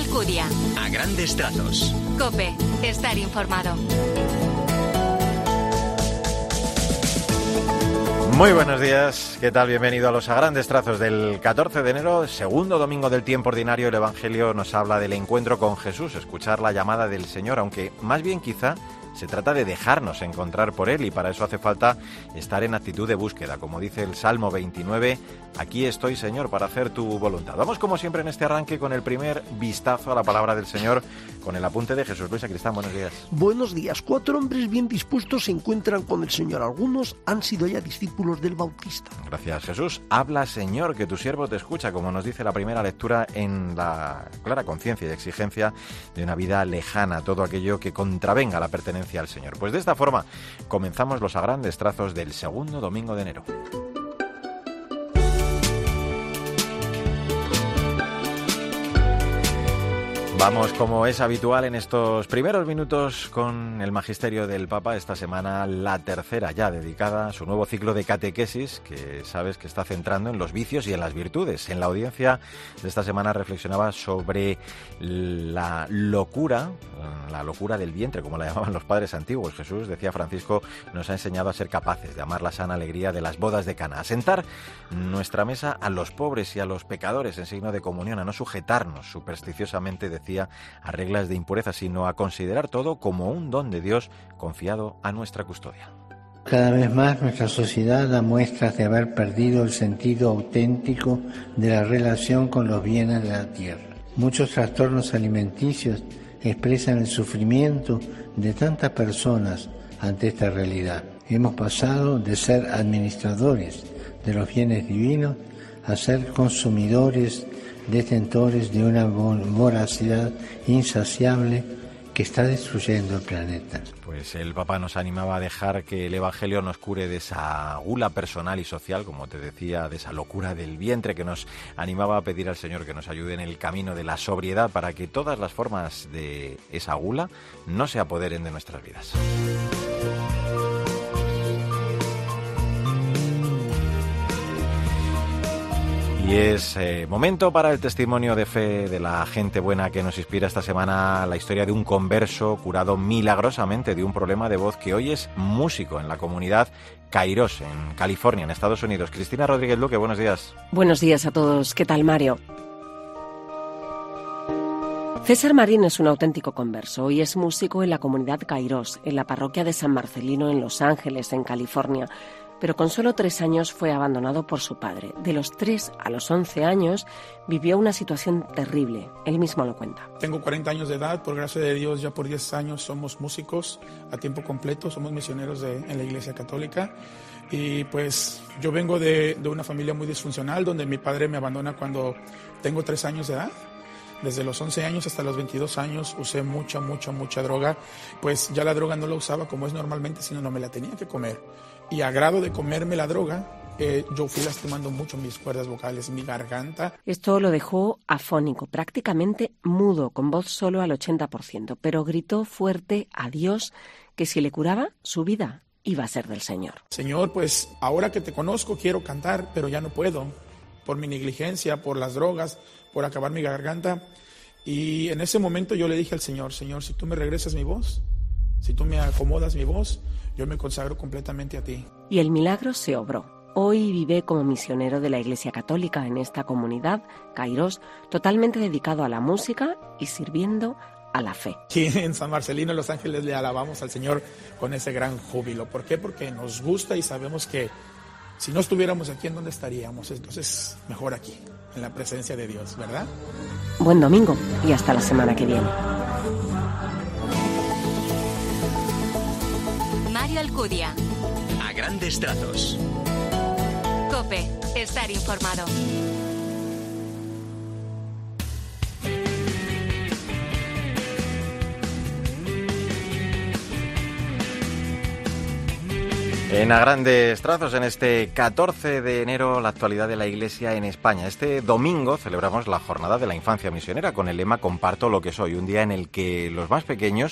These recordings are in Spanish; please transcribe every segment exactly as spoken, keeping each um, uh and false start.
Alcudia. A grandes trazos. COPE. Estar informado. Muy buenos días, ¿qué tal? Bienvenido a los A Grandes Trazos del catorce de enero, segundo domingo del tiempo ordinario. El Evangelio nos habla del encuentro con Jesús, escuchar la llamada del Señor, aunque más bien quizá se trata de dejarnos encontrar por Él, y para eso hace falta estar en actitud de búsqueda. Como dice el Salmo veintinueve, aquí estoy, Señor, para hacer tu voluntad. Vamos, como siempre, en este arranque con el primer vistazo a la palabra del Señor, con el apunte de Jesús Luis Sacristán. Buenos días. Buenos días. Cuatro hombres bien dispuestos se encuentran con el Señor. Algunos han sido ya discípulos del Bautista. Gracias, Jesús. Habla, Señor, que tu siervo te escucha, como nos dice la primera lectura, en la clara conciencia y exigencia de una vida lejana, todo aquello que contravenga la pertenencia al Señor. Pues de esta forma comenzamos los A Grandes Trazos del segundo domingo de enero. Vamos, como es habitual en estos primeros minutos, con el magisterio del Papa. Esta semana la tercera ya dedicada a su nuevo ciclo de catequesis, que sabes que está centrando en los vicios y en las virtudes. En la audiencia de esta semana reflexionaba sobre la locura, la locura del vientre, como la llamaban los padres antiguos. Jesús, decía Francisco, nos ha enseñado a ser capaces de amar la sana alegría de las bodas de Cana, a sentar nuestra mesa a los pobres y a los pecadores en signo de comunión, a no sujetarnos supersticiosamente, decía, a reglas de impureza, sino a considerar todo como un don de Dios confiado a nuestra custodia. Cada vez más nuestra sociedad da muestras de haber perdido el sentido auténtico de la relación con los bienes de la tierra. Muchos trastornos alimenticios expresan el sufrimiento de tantas personas ante esta realidad. Hemos pasado de ser administradores de los bienes divinos a ser consumidores, detentores de una voracidad insaciable que está destruyendo el planeta. Pues el Papa nos animaba a dejar que el Evangelio nos cure de esa gula personal y social, como te decía, de esa locura del vientre, que nos animaba a pedir al Señor que nos ayude en el camino de la sobriedad, para que todas las formas de esa gula no se apoderen de nuestras vidas. Y es eh, momento para el testimonio de fe de la gente buena que nos inspira esta semana, la historia de un converso curado milagrosamente de un problema de voz, que hoy es músico en la comunidad Kairos, en California, en Estados Unidos. Cristina Rodríguez Luque, buenos días. Buenos días a todos. ¿Qué tal, Mario? César Marín es un auténtico converso. Hoy es músico en la comunidad Kairos, en la parroquia de San Marcelino, en Los Ángeles, en California. Pero con solo tres años fue abandonado por su padre. De los tres a los once años vivió una situación terrible. Él mismo lo cuenta. Tengo cuarenta años de edad, por gracia de Dios ya por diez años somos músicos a tiempo completo, somos misioneros de, en la Iglesia Católica. Y pues yo vengo de, de una familia muy disfuncional, donde mi padre me abandona cuando tengo tres años de edad. Desde los once años hasta los veintidós años usé mucha, mucha, mucha droga. Pues ya la droga no la usaba como es normalmente, sino no me la tenía que comer. Y a grado de comerme la droga, eh, yo fui lastimando mucho mis cuerdas vocales, mi garganta. Esto lo dejó afónico, prácticamente mudo, con voz solo al ochenta por ciento. Pero gritó fuerte a Dios que si le curaba, su vida iba a ser del Señor. Señor, pues ahora que te conozco quiero cantar, pero ya no puedo. Por mi negligencia, por las drogas, por acabar mi garganta. Y en ese momento yo le dije al Señor, Señor, si tú me regresas mi voz, si tú me acomodas mi voz, yo me consagro completamente a ti. Y el milagro se obró. Hoy vive como misionero de la Iglesia Católica en esta comunidad, Kairos, totalmente dedicado a la música y sirviendo a la fe. Aquí en San Marcelino, en Los Ángeles, le alabamos al Señor con ese gran júbilo. ¿Por qué? Porque nos gusta y sabemos que si no estuviéramos aquí, ¿en dónde estaríamos? Entonces, mejor aquí, en la presencia de Dios, ¿verdad? Buen domingo y hasta la semana que viene. Mario Alcudia. A grandes trazos. COPE. Estar informado. En A Grandes Trazos, en este catorce de enero, la actualidad de la Iglesia en España. Este domingo celebramos la Jornada de la Infancia Misionera con el lema Comparto lo que soy, un día en el que los más pequeños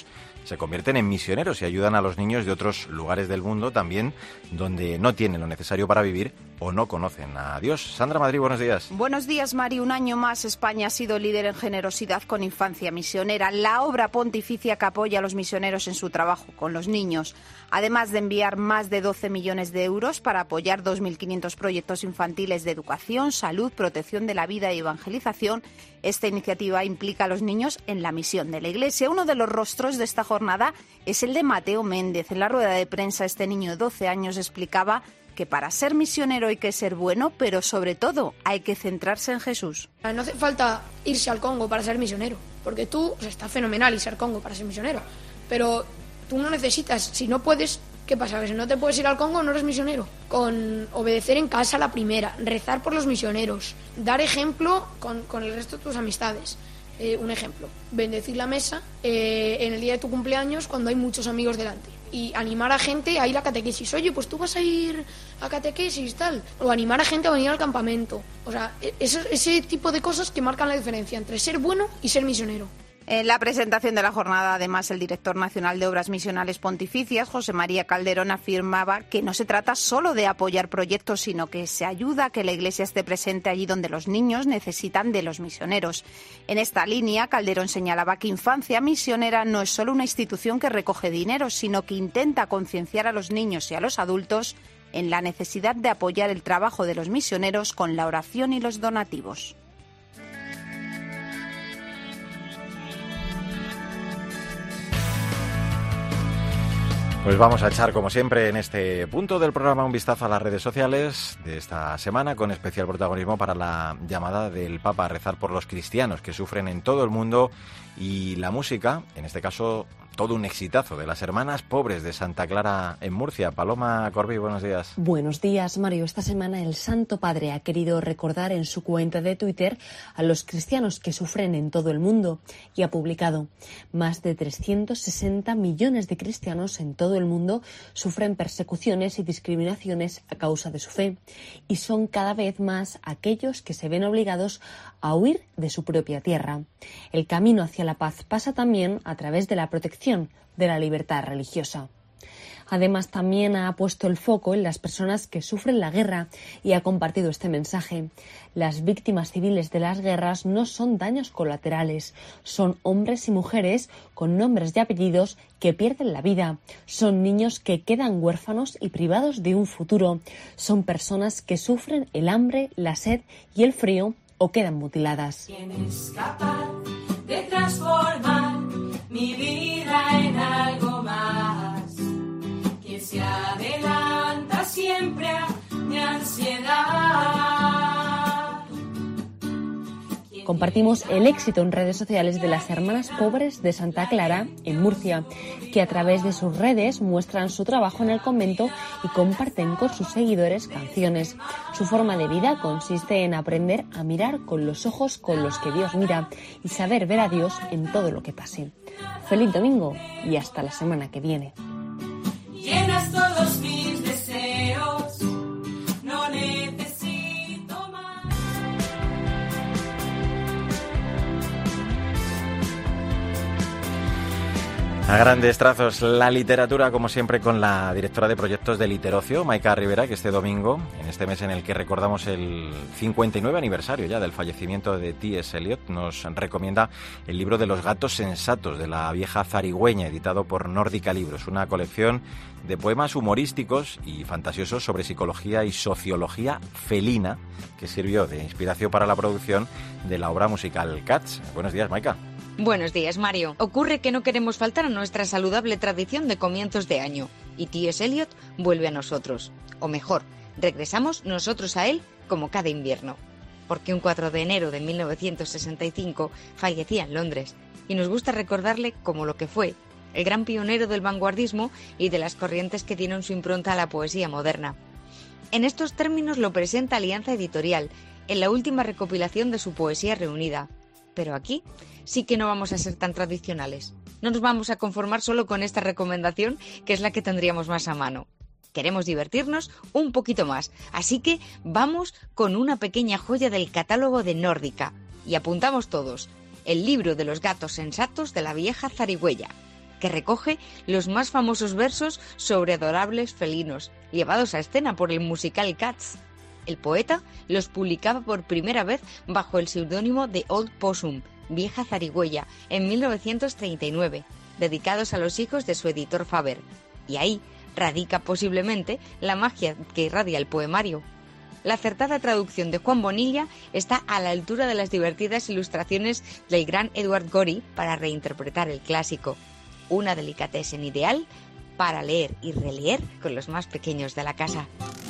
se convierten en misioneros y ayudan a los niños de otros lugares del mundo también, donde no tienen lo necesario para vivir o no conocen a Dios. Sandra Madrid, buenos días. Buenos días, Mari. Un año más España ha sido líder en generosidad con Infancia Misionera, la obra pontificia que apoya a los misioneros en su trabajo con los niños. Además de enviar más de doce millones de euros para apoyar dos mil quinientos proyectos infantiles de educación, salud, protección de la vida y evangelización, esta iniciativa implica a los niños en la misión de la Iglesia. Uno de los rostros de esta jornada es el de Mateo Méndez. En la rueda de prensa, este niño de doce años explicaba que para ser misionero hay que ser bueno, pero sobre todo hay que centrarse en Jesús. No hace falta irse al Congo para ser misionero, porque tú, o sea, está fenomenal irse al Congo para ser misionero, pero tú no necesitas, si no puedes, ¿qué pasa? Que si no te puedes ir al Congo no eres misionero. Con obedecer en casa la primera, rezar por los misioneros, dar ejemplo con, con el resto de tus amistades. Eh, un ejemplo, bendecir la mesa eh, en el día de tu cumpleaños cuando hay muchos amigos delante. Y animar a gente a ir a catequesis. Oye, pues tú vas a ir a catequesis, tal. O animar a gente a venir al campamento. O sea, ese, ese tipo de cosas que marcan la diferencia entre ser bueno y ser misionero. En la presentación de la jornada, además, el director nacional de Obras Misionales Pontificias, José María Calderón, afirmaba que no se trata solo de apoyar proyectos, sino que se ayuda a que la Iglesia esté presente allí donde los niños necesitan de los misioneros. En esta línea, Calderón señalaba que Infancia Misionera no es solo una institución que recoge dinero, sino que intenta concienciar a los niños y a los adultos en la necesidad de apoyar el trabajo de los misioneros con la oración y los donativos. Pues vamos a echar, como siempre, en este punto del programa un vistazo a las redes sociales de esta semana, con especial protagonismo para la llamada del Papa a rezar por los cristianos que sufren en todo el mundo y la música, en este caso todo un exitazo de las Hermanas Pobres de Santa Clara en Murcia. Paloma Corbí, buenos días. Buenos días, Mario. Esta semana el Santo Padre ha querido recordar en su cuenta de Twitter a los cristianos que sufren en todo el mundo y ha publicado: más de trescientos sesenta millones de cristianos en todo el mundo sufren persecuciones y discriminaciones a causa de su fe, y son cada vez más aquellos que se ven obligados a huir de su propia tierra. El camino hacia la paz pasa también a través de la protección de la libertad religiosa. Además, también ha puesto el foco en las personas que sufren la guerra y ha compartido este mensaje: las víctimas civiles de las guerras no son daños colaterales, son hombres y mujeres con nombres y apellidos que pierden la vida, son niños que quedan huérfanos y privados de un futuro, son personas que sufren el hambre, la sed y el frío o quedan mutiladas. ¿Quién es capaz de transformar mi vida en algo más? ¿Quién se adelanta siempre a mi ansiedad? Compartimos el éxito en redes sociales de las Hermanas Pobres de Santa Clara en Murcia, que a través de sus redes muestran su trabajo en el convento y comparten con sus seguidores canciones. Su forma de vida consiste en aprender a mirar con los ojos con los que Dios mira y saber ver a Dios en todo lo que pase. Feliz domingo y hasta la semana que viene. Llenas todos mis deseos, no necesito más. A grandes trazos, la literatura, como siempre, con la directora de proyectos de Literocio, Maika Rivera, que este domingo, en este mes en el que recordamos el cincuenta y nueve aniversario ya del fallecimiento de T S Eliot, nos recomienda el libro de los gatos sensatos de la vieja zarigüeña, editado por Nórdica Libros, una colección de poemas humorísticos y fantasiosos sobre psicología y sociología felina, que sirvió de inspiración para la producción de la obra musical Cats. Buenos días, Maika. Buenos días, Mario. Ocurre que no queremos faltar a nuestra saludable tradición de comienzos de año, y T S Eliot vuelve a nosotros. O mejor, regresamos nosotros a él como cada invierno. Porque un cuatro de enero de mil novecientos sesenta y cinco fallecía en Londres, y nos gusta recordarle como lo que fue, el gran pionero del vanguardismo y de las corrientes que dieron su impronta a la poesía moderna. En estos términos lo presenta Alianza Editorial, en la última recopilación de su poesía reunida. Pero aquí sí que no vamos a ser tan tradicionales. No nos vamos a conformar solo con esta recomendación, que es la que tendríamos más a mano. Queremos divertirnos un poquito más, así que vamos con una pequeña joya del catálogo de Nórdica. Y apuntamos todos: el libro de los gatos sensatos de la vieja zarigüeya. que recoge los más famosos versos sobre adorables felinos, llevados a escena por el musical Cats. El poeta los publicaba por primera vez bajo el seudónimo de Old Possum, vieja zarigüeya, en mil novecientos treinta y nueve, dedicados a los hijos de su editor Faber. Y ahí radica posiblemente la magia que irradia el poemario. La acertada traducción de Juan Bonilla está a la altura de las divertidas ilustraciones del gran Edward Gorey para reinterpretar el clásico. Una delicatessen ideal para leer y releer con los más pequeños de la casa.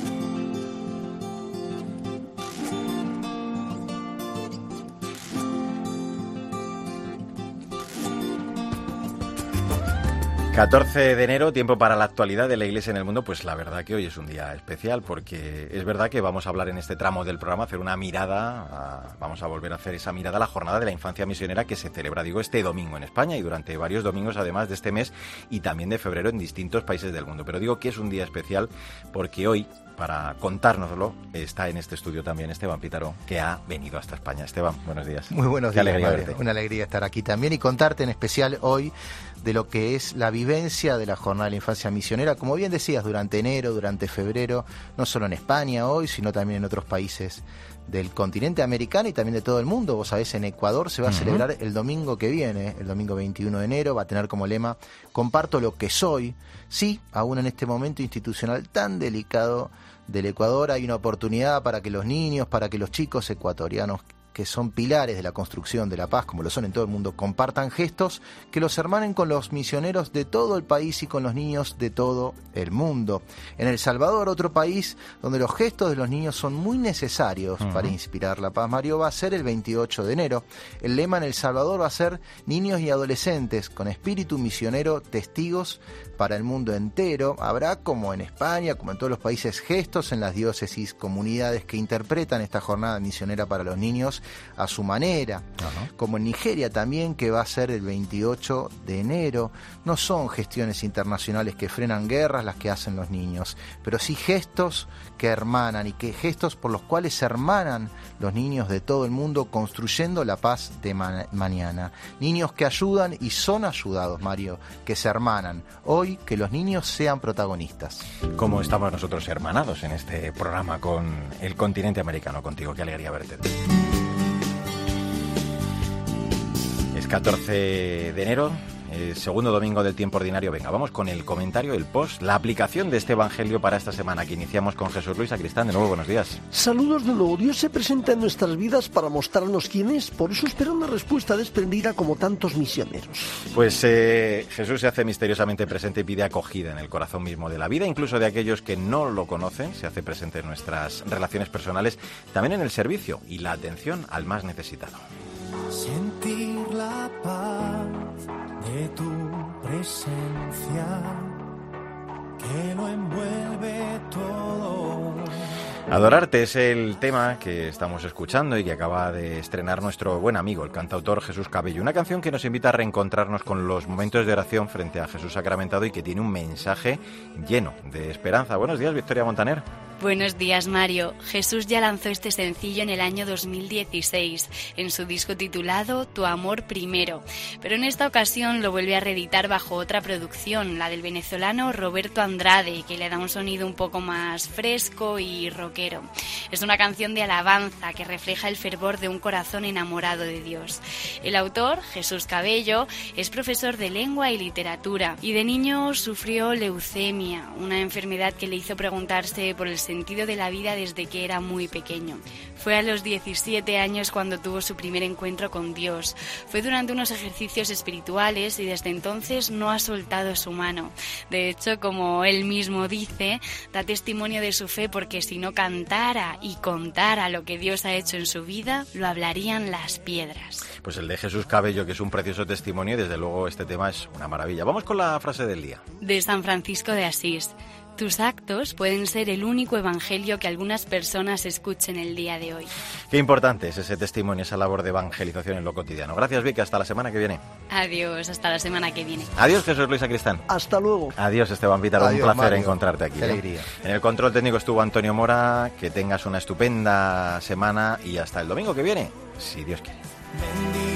catorce de enero, tiempo para la actualidad de la Iglesia en el mundo. Pues la verdad que hoy es un día especial, porque es verdad que vamos a hablar en este tramo del programa, hacer una mirada, a, vamos a volver a hacer esa mirada a la Jornada de la Infancia Misionera que se celebra, digo, este domingo en España y durante varios domingos además de este mes y también de febrero en distintos países del mundo. Pero digo que es un día especial porque hoy, para contárnoslo, está en este estudio también Esteban Pítaro, que ha venido hasta España. Esteban, buenos días. Muy buenos Qué días, alegría Mario. verte. Una alegría estar aquí también y contarte en especial hoy de lo que es la vivencia de la Jornada de la Infancia Misionera, como bien decías, durante enero, durante febrero, no solo en España hoy, sino también en otros países del continente americano y también de todo el mundo. Vos sabés, en Ecuador se va a uh-huh. celebrar el domingo que viene, el domingo veintiuno de enero, va a tener como lema "Comparto lo que soy". Sí, aún en este momento institucional tan delicado del Ecuador hay una oportunidad para que los niños, para que los chicos ecuatorianos, que son pilares de la construcción de la paz, como lo son en todo el mundo, compartan gestos que los hermanen con los misioneros de todo el país y con los niños de todo el mundo. En El Salvador, otro país donde los gestos de los niños son muy necesarios uh-huh. para inspirar la paz, Mario, va a ser el veintiocho de enero. El lema en El Salvador va a ser "Niños y adolescentes con espíritu misionero, testigos para el mundo entero". Habrá, como en España, como en todos los países, gestos en las diócesis, comunidades que interpretan esta jornada misionera para los niños a su manera, uh-huh. como en Nigeria también, que va a ser el veintiocho de enero. No son gestiones internacionales que frenan guerras las que hacen los niños, pero sí gestos que hermanan y que gestos por los cuales se hermanan los niños de todo el mundo construyendo la paz de ma- mañana. Niños que ayudan y son ayudados, Mario, que se hermanan. Hoy que los niños sean protagonistas. Como estamos nosotros hermanados en este programa con el continente americano, contigo, qué alegría verte. Es catorce de enero, eh, segundo domingo del tiempo ordinario. Venga, vamos con el comentario, el post, la aplicación de este evangelio para esta semana, que iniciamos con Jesús Luis Sacristán. De nuevo, buenos días. Saludos de nuevo. Dios se presenta en nuestras vidas para mostrarnos quién es, por eso espera una respuesta desprendida como tantos misioneros. Pues eh, Jesús se hace misteriosamente presente y pide acogida en el corazón mismo de la vida, incluso de aquellos que no lo conocen. Se hace presente en nuestras relaciones personales, también en el servicio y la atención al más necesitado. Sentir la paz de tu presencia que lo envuelve todo. Adorarte es el tema que estamos escuchando y que acaba de estrenar nuestro buen amigo, el cantautor Jesús Cabello. Una canción que nos invita a reencontrarnos con los momentos de oración frente a Jesús sacramentado y que tiene un mensaje lleno de esperanza. Buenos días, Victoria Montaner. Buenos días, Mario. Jesús ya lanzó este sencillo en el año dos mil dieciséis, en su disco titulado Tu amor primero, pero en esta ocasión lo vuelve a reeditar bajo otra producción, la del venezolano Roberto Andrade, que le da un sonido un poco más fresco y rockero. Es una canción de alabanza que refleja el fervor de un corazón enamorado de Dios. El autor, Jesús Cabello, es profesor de lengua y literatura y de niño sufrió leucemia, una enfermedad que le hizo preguntarse por el sentido de la vida desde que era muy pequeño. Fue a los diecisiete años cuando tuvo su primer encuentro con Dios. Fue durante unos ejercicios espirituales y desde entonces no ha soltado su mano. De hecho, como él mismo dice, da testimonio de su fe porque si no cantara y contara lo que Dios ha hecho en su vida, lo hablarían las piedras. Pues el de Jesús Cabello, que es un precioso testimonio y desde luego este tema es una maravilla. Vamos con la frase del día. De San Francisco de Asís. Tus actos pueden ser el único evangelio que algunas personas escuchen el día de hoy. Qué importante es ese testimonio, esa labor de evangelización en lo cotidiano. Gracias, Vicky. Hasta la semana que viene. Adiós, hasta la semana que viene. Adiós, Jesús Luis Sacristán. Hasta luego. Adiós, Esteban Pítaro. Un placer Mario. encontrarte aquí. Qué alegría. ¿eh? En el control técnico estuvo Antonio Mora. Que tengas una estupenda semana y hasta el domingo que viene, si Dios quiere.